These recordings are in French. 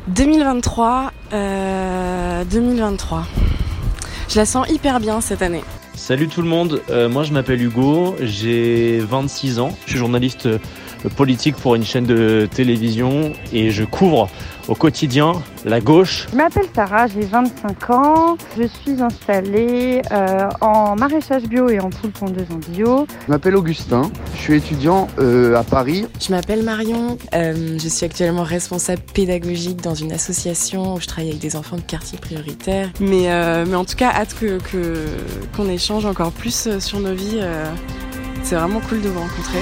2023. Je la sens hyper bien cette année. Salut tout le monde, moi je m'appelle Hugo, j'ai 26 ans, je suis journaliste politique pour une chaîne de télévision et je couvre au quotidien la gauche. Je m'appelle Sarah, j'ai 25 ans, je suis installée en maraîchage bio et en poule pondeuse en bio. Je m'appelle Augustin, je suis étudiant à Paris. Je m'appelle Marion, je suis actuellement responsable pédagogique dans une association où je travaille avec des enfants de quartier prioritaire. Mais en tout cas, hâte qu'on échange encore plus sur nos vies. C'est vraiment cool de vous rencontrer.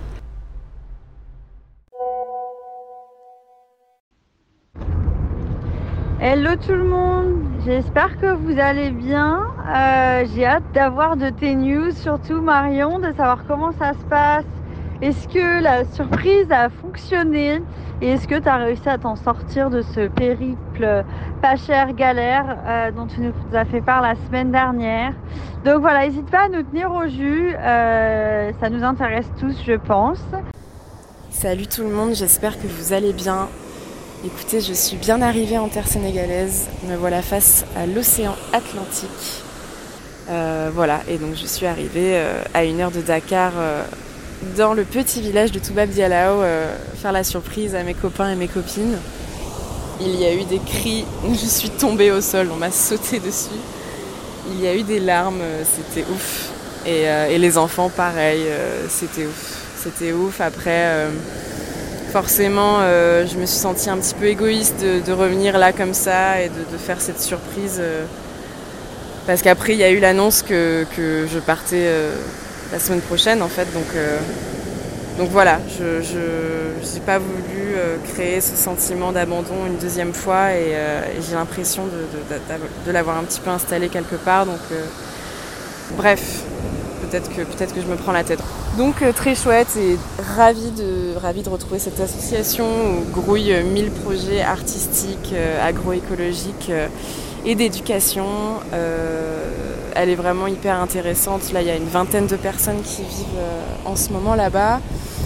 Hello tout le monde, j'espère que vous allez bien. J'ai hâte d'avoir de tes news, surtout Marion, de savoir comment ça se passe. Est-ce que la surprise a fonctionné et est-ce que tu as réussi à t'en sortir de ce périple pas cher galère dont tu nous as fait part la semaine dernière. Donc voilà, n'hésite pas à nous tenir au jus, ça nous intéresse tous je pense. Salut tout le monde, j'espère que vous allez bien. Écoutez, je suis bien arrivée en terre sénégalaise, me voilà face à l'océan Atlantique. Voilà, et donc je suis arrivée à 1 heure de Dakar dans le petit village de Toubab Dialaw faire la surprise à mes copains et mes copines. Il y a eu des cris, je suis tombée au sol, on m'a sauté dessus. Il y a eu des larmes, c'était ouf. Et les enfants, pareil, c'était ouf. C'était ouf, après... Forcément, je me suis sentie un petit peu égoïste de revenir là comme ça et de faire cette surprise. Parce qu'après, il y a eu l'annonce que je partais la semaine prochaine, en fait. Donc voilà, je n'ai pas voulu créer ce sentiment d'abandon une deuxième fois et j'ai l'impression de l'avoir un petit peu installé quelque part. Donc, bref, peut-être que je me prends la tête. Donc très chouette et ravie de retrouver cette association où grouillent 1000 projets artistiques, agroécologiques et d'éducation. Elle est vraiment hyper intéressante. Là, il y a une vingtaine de personnes qui vivent en ce moment là-bas.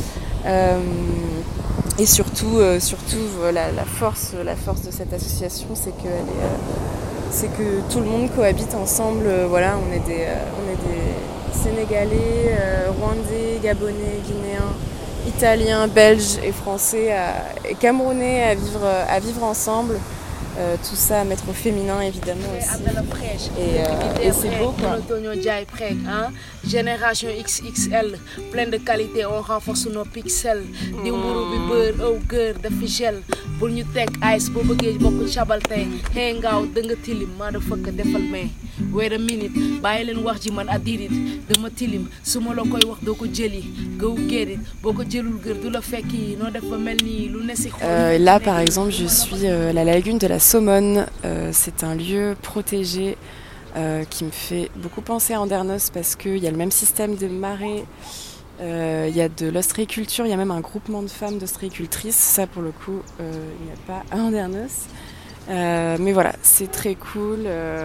Et surtout la force de cette association, c'est que tout le monde cohabite ensemble. Voilà, on est des Sénégalais, Rwandais, Gabonais, Guinéens, Italiens, Belges et Français et Camerounais à vivre ensemble. Tout ça à mettre au féminin évidemment aussi. Et c'est beau quoi. Génération XXL, plein de qualité, on renforce nos pixels. Di mburu bi beurre au cœur de fichel. Bul ñu tek ice bo bëggee bokku chabalte. Hangaaw da nga tilim ma da fëkk defal may. Wait a minute, bàyyi leen wax ji man I did it. Dama tilim suma la koy wax doo ko jëli. Go get it, boo ko jëlul gër du la fekki. Noo def ba mel nii lu ne si xol. Là par exemple je suis à la lagune de la Somone. C'est un lieu protégé qui me fait beaucoup penser à Andernos parce qu'il y a le même système de marée, il y a de l'ostréiculture, il y a même un groupement de femmes d'ostréicultrices. Ça pour le coup, il n'y a pas à Andernos. Mais voilà, c'est très cool.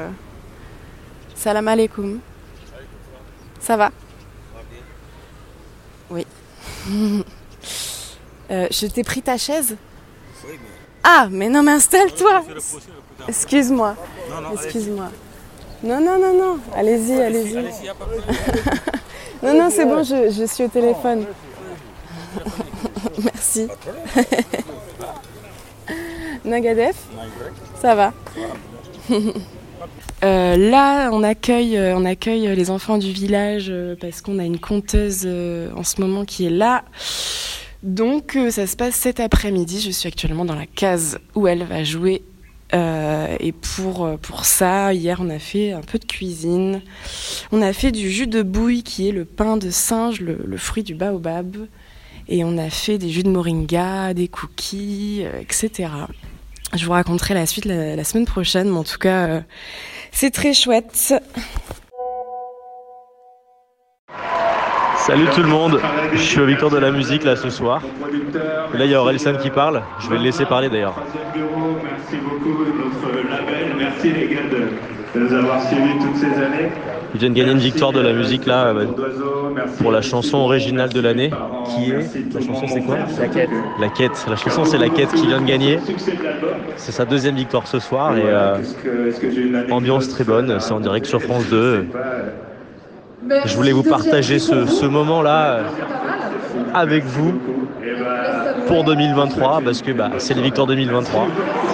Salam alaikum. Ça va ? Oui. Je t'ai pris ta chaise ? Ah, mais non, mais installe-toi. Excuse-moi. Excuse-moi. Non. Allez-y. Non, c'est bon, je suis au téléphone. Merci. Nagadef, ça va. Là, on accueille les enfants du village parce qu'on a une conteuse en ce moment qui est là. Donc, ça se passe cet après-midi. Je suis actuellement dans la case où elle va jouer. Et pour ça, hier, on a fait un peu de cuisine. On a fait du jus de bouille, qui est le pain de singe, le fruit du baobab. Et on a fait des jus de moringa, des cookies, etc. Je vous raconterai la suite la semaine prochaine, mais en tout cas, c'est très chouette. Salut tout le monde, je suis au Victoire de la musique là ce soir. Et là il y a Orelsan qui parle, je vais le laisser parler d'ailleurs. Merci beaucoup notre label, merci les gars de nous avoir suivis toutes ces années. Ils viennent gagner une victoire de la musique là pour la chanson originale de l'année qui est... La chanson c'est quoi ? La Quête. La Quête. La chanson c'est La Quête qui vient de gagner. C'est sa deuxième victoire ce soir et ambiance très bonne. C'est en direct sur France 2. Je voulais vous partager ce moment-là avec vous pour 2023 parce que c'est les victoires 2023.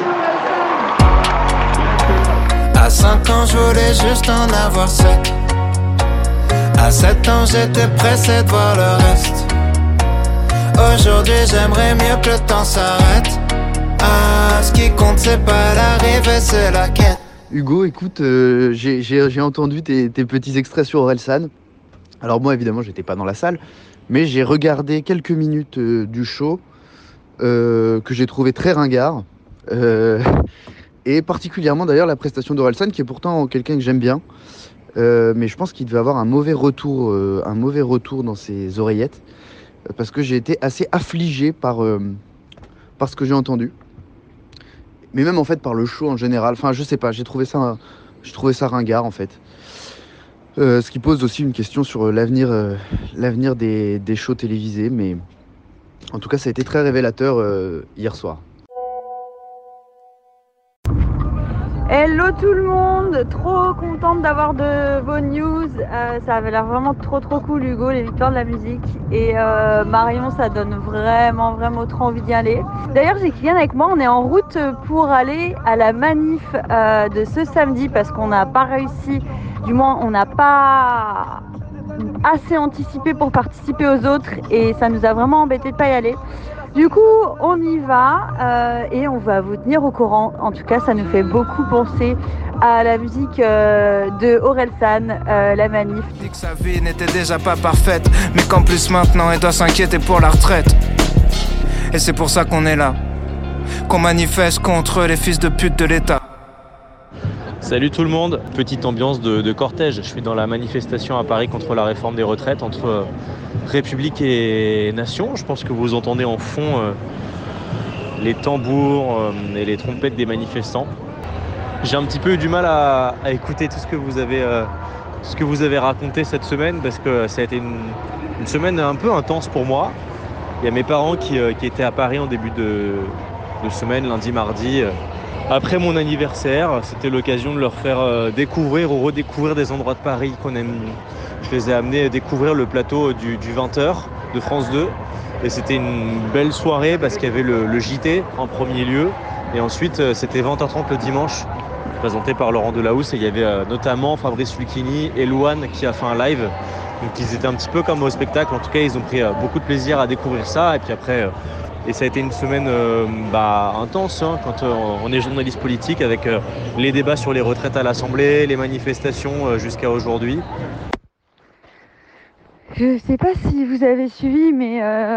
À 5 ans, je voulais juste en avoir 7. À 7 ans, j'étais pressé de voir le reste. Aujourd'hui, j'aimerais mieux que le temps s'arrête. Ah, ce qui compte, c'est pas l'arrivée, c'est la quête. Hugo, écoute, j'ai entendu tes petits extraits sur Orelsan. Alors moi, évidemment, j'étais pas dans la salle, mais j'ai regardé quelques minutes du show que j'ai trouvé très ringard. Et particulièrement d'ailleurs la prestation d'Orelsan, qui est pourtant quelqu'un que j'aime bien. Mais je pense qu'il devait avoir un mauvais retour dans ses oreillettes. Parce que j'ai été assez affligé par ce que j'ai entendu. Mais même en fait par le show en général. Enfin, je sais pas, j'ai trouvé ça ringard en fait. Ce qui pose aussi une question sur l'avenir des shows télévisés. Mais en tout cas, ça a été très révélateur hier soir. Hello tout le monde, trop contente d'avoir de vos news, ça avait l'air vraiment trop cool Hugo, les victoires de la musique et Marion, ça donne vraiment trop envie d'y aller. D'ailleurs j'ai Kylian avec moi, on est en route pour aller à la manif de ce samedi parce qu'on n'a pas réussi, du moins on n'a pas assez anticipé pour participer aux autres et ça nous a vraiment embêté de pas y aller. Du coup, on y va et on va vous tenir au courant. En tout cas, ça nous fait beaucoup penser à la musique de Orelsan, la manif. Dit que sa vie n'était déjà pas parfaite, mais qu'en plus maintenant, elle doit s'inquiéter pour la retraite. Et c'est pour ça qu'on est là, qu'on manifeste contre les fils de pute de l'État. Salut tout le monde, petite ambiance de cortège. Je suis dans la manifestation à Paris contre la réforme des retraites entre République et Nation. Je pense que vous entendez en fond les tambours et les trompettes des manifestants. J'ai un petit peu eu du mal à écouter tout ce que vous avez raconté cette semaine parce que ça a été une semaine un peu intense pour moi. Il y a mes parents qui étaient à Paris en début de semaine, lundi, mardi. Après mon anniversaire, c'était l'occasion de leur faire découvrir ou redécouvrir des endroits de Paris qu'on aime. Je les ai amenés à découvrir le plateau du 20h de France 2. Et c'était une belle soirée parce qu'il y avait le JT en premier lieu. Et ensuite, c'était 20h30 le dimanche, présenté par Laurent Delahousse. Et il y avait notamment Fabrice Lucchini et Louane qui a fait un live. Donc ils étaient un petit peu comme au spectacle. En tout cas, ils ont pris beaucoup de plaisir à découvrir ça. Et puis après... Et ça a été une semaine intense quand on est journaliste politique avec les débats sur les retraites à l'Assemblée, les manifestations jusqu'à aujourd'hui. Je sais pas si vous avez suivi, mais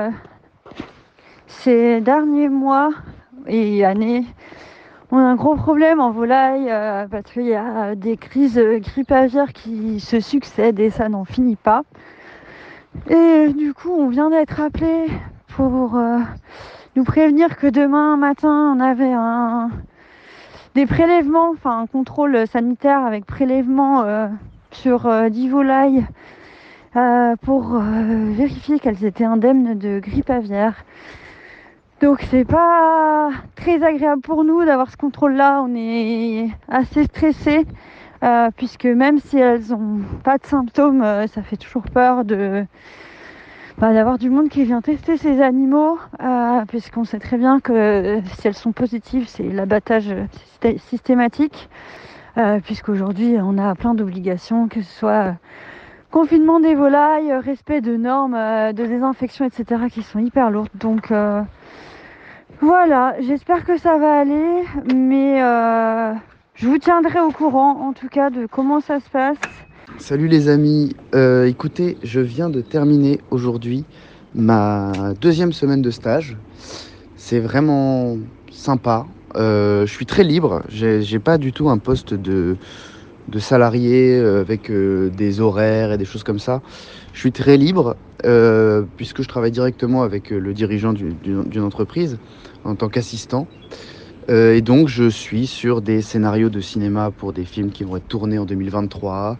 ces derniers mois et années, on a un gros problème en volaille parce qu'il y a des crises grippe aviaire qui se succèdent et ça n'en finit pas. Et du coup, on vient d'être appelé pour nous prévenir que demain matin on avait des prélèvements, enfin un contrôle sanitaire avec prélèvement sur 10 volailles pour vérifier qu'elles étaient indemnes de grippe aviaire. Donc c'est pas très agréable pour nous d'avoir ce contrôle-là, on est assez stressés puisque même si elles n'ont pas de symptômes, ça fait toujours peur d'avoir du monde qui vient tester ces animaux, puisqu'on sait très bien que si elles sont positives, c'est l'abattage systématique, puisqu'aujourd'hui on a plein d'obligations, que ce soit confinement des volailles, respect de normes de désinfection, etc., qui sont hyper lourdes. Donc voilà, j'espère que ça va aller, mais je vous tiendrai au courant en tout cas de comment ça se passe. Salut les amis, écoutez, je viens de terminer aujourd'hui ma 2e semaine de stage. C'est vraiment sympa, je suis très libre, j'ai pas du tout un poste de salarié avec des horaires et des choses comme ça. Je suis très libre puisque je travaille directement avec le dirigeant d'une entreprise en tant qu'assistant. Et donc je suis sur des scénarios de cinéma pour des films qui vont être tournés en 2023.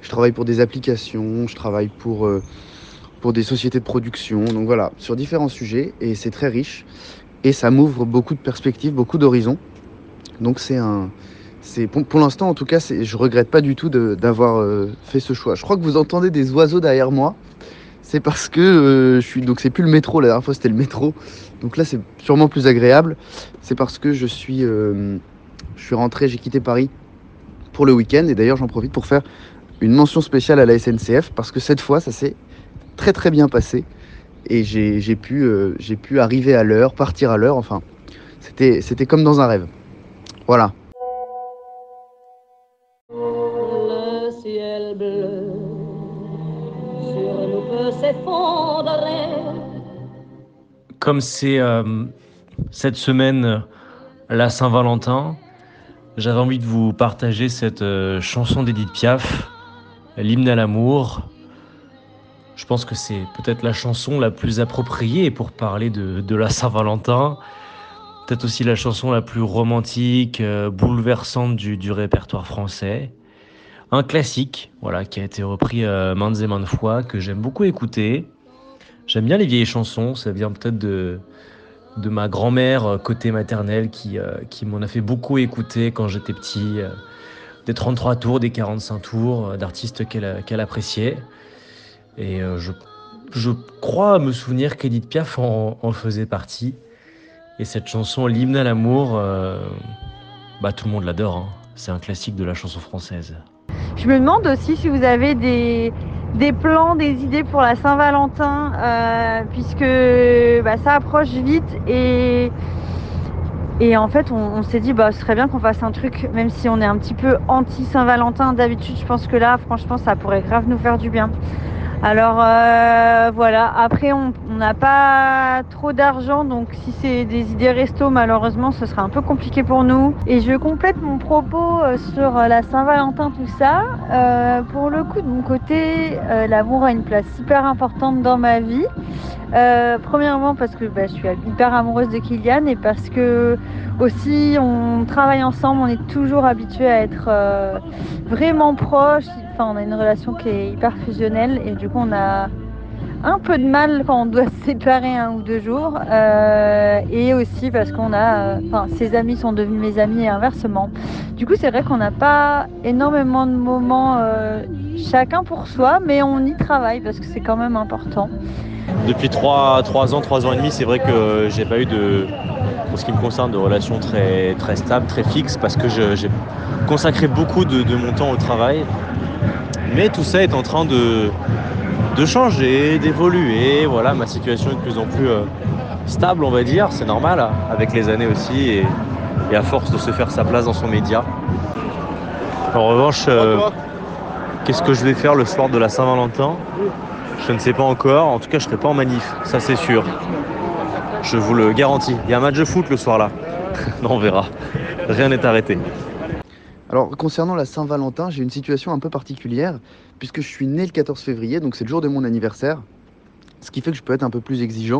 Je travaille pour des applications, je travaille pour des sociétés de production. Donc voilà, sur différents sujets et c'est très riche. Et ça m'ouvre beaucoup de perspectives, beaucoup d'horizons. Donc pour l'instant en tout cas, je regrette pas du tout d'avoir fait ce choix. Je crois que vous entendez des oiseaux derrière moi. C'est parce que donc c'est plus le métro, la dernière fois c'était le métro. Donc là c'est sûrement plus agréable. C'est parce que je suis rentré, j'ai quitté Paris pour le week-end. Et d'ailleurs j'en profite pour faire une mention spéciale à la SNCF parce que cette fois ça s'est très très bien passé. Et j'ai pu arriver à l'heure, partir à l'heure, enfin c'était comme dans un rêve. Voilà. Le ciel bleu sur nous peut s'effondrer. Comme c'est cette semaine la Saint-Valentin, j'avais envie de vous partager cette chanson d'Édith Piaf, l'hymne à l'amour. Je pense que c'est peut-être la chanson la plus appropriée pour parler de la Saint-Valentin. Peut-être aussi la chanson la plus romantique, bouleversante du répertoire français. Un classique, voilà, qui a été repris maintes et maintes fois, que j'aime beaucoup écouter. J'aime bien les vieilles chansons, ça vient peut-être de ma grand-mère côté maternelle qui m'en a fait beaucoup écouter quand j'étais petit. Des 33 tours, des 45 tours, d'artistes qu'elle appréciait. Et je crois me souvenir qu'Édith Piaf en faisait partie. Et cette chanson, l'hymne à l'amour, tout le monde l'adore, hein. C'est un classique de la chanson française. Je me demande aussi si vous avez des plans, des idées pour la Saint-Valentin, puisque ça approche vite et en fait on s'est dit ce serait bien qu'on fasse un truc, même si on est un petit peu anti-Saint-Valentin d'habitude. Je pense que là franchement ça pourrait grave nous faire du bien. Alors voilà, après on n'a pas trop d'argent, donc si c'est des idées resto, malheureusement ce sera un peu compliqué pour nous. Et je complète mon propos sur la Saint-Valentin, tout ça. Pour le coup, de mon côté, l'amour a une place hyper importante dans ma vie. Premièrement parce que je suis hyper amoureuse de Kylian, et parce que aussi on travaille ensemble, on est toujours habitués à être vraiment proches. Enfin, on a une relation qui est hyper fusionnelle et du coup on a un peu de mal quand on doit se séparer 1 ou 2 jours, et aussi parce qu'on a ses amis sont devenus mes amis et inversement. Du coup c'est vrai qu'on n'a pas énormément de moments chacun pour soi, mais on y travaille parce que c'est quand même important. Depuis 3 ans, 3 ans et demi, c'est vrai que j'ai pas eu pour ce qui me concerne, de relations très, très stables, très fixes, parce que j'ai consacré beaucoup de mon temps au travail. Mais tout ça est en train de changer, d'évoluer. Voilà, ma situation est de plus en plus stable, on va dire. C'est normal, avec les années aussi, et à force de se faire sa place dans son média. En revanche, qu'est-ce que je vais faire le soir de la Saint-Valentin ? Je ne sais pas encore. En tout cas, je ne serai pas en manif, ça c'est sûr. Je vous le garantis. Il y a un match de foot le soir là. Non, on verra. Rien n'est arrêté. Alors concernant la Saint-Valentin, j'ai une situation un peu particulière puisque je suis né le 14 février, donc c'est le jour de mon anniversaire, ce qui fait que je peux être un peu plus exigeant.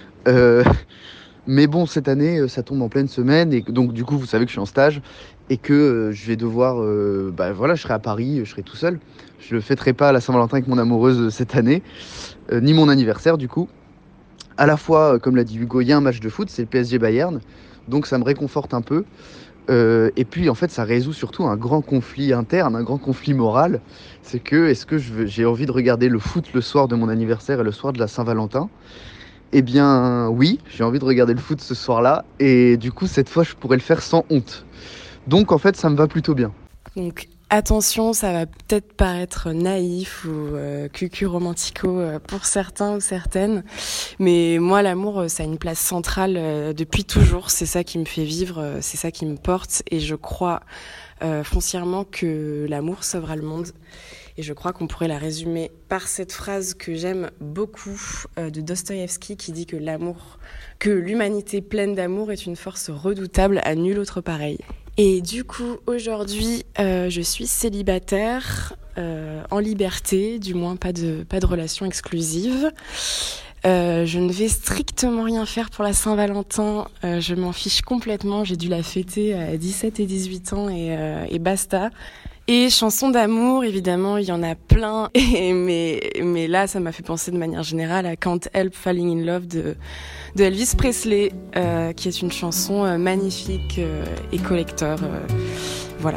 Mais bon, cette année, ça tombe en pleine semaine et donc du coup, vous savez que je suis en stage et que je vais devoir, je serai à Paris, je serai tout seul. Je ne fêterai pas la Saint-Valentin avec mon amoureuse cette année, ni mon anniversaire du coup. À la fois, comme l'a dit Hugo, il y a un match de foot, c'est le PSG Bayern, donc ça me réconforte un peu. Et puis en fait ça résout surtout un grand conflit interne, un grand conflit moral. C'est que est-ce que j'ai envie de regarder le foot le soir de mon anniversaire et le soir de la Saint-Valentin ? Eh bien oui, j'ai envie de regarder le foot ce soir-là, et du coup cette fois je pourrais le faire sans honte. Donc en fait ça me va plutôt bien. Donc attention, ça va peut-être paraître naïf ou cucu romantico pour certains ou certaines, mais moi l'amour ça a une place centrale depuis toujours. C'est ça qui me fait vivre, c'est ça qui me porte, et je crois foncièrement que l'amour sauvera le monde. Et je crois qu'on pourrait la résumer par cette phrase que j'aime beaucoup de Dostoïevski, qui dit que l'humanité pleine d'amour est une force redoutable, à nul autre pareil. Et du coup, aujourd'hui, je suis célibataire, en liberté, du moins pas de relation exclusive. Je ne vais strictement rien faire pour la Saint-Valentin, je m'en fiche complètement, j'ai dû la fêter à 17 et 18 ans et basta. Et chansons d'amour, évidemment, il y en a plein. Mais là, ça m'a fait penser de manière générale à Can't Help Falling in Love de Elvis Presley, qui est une chanson magnifique et collector. Voilà.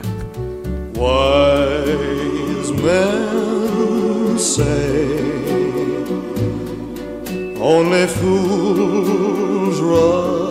Wise men say only fools rush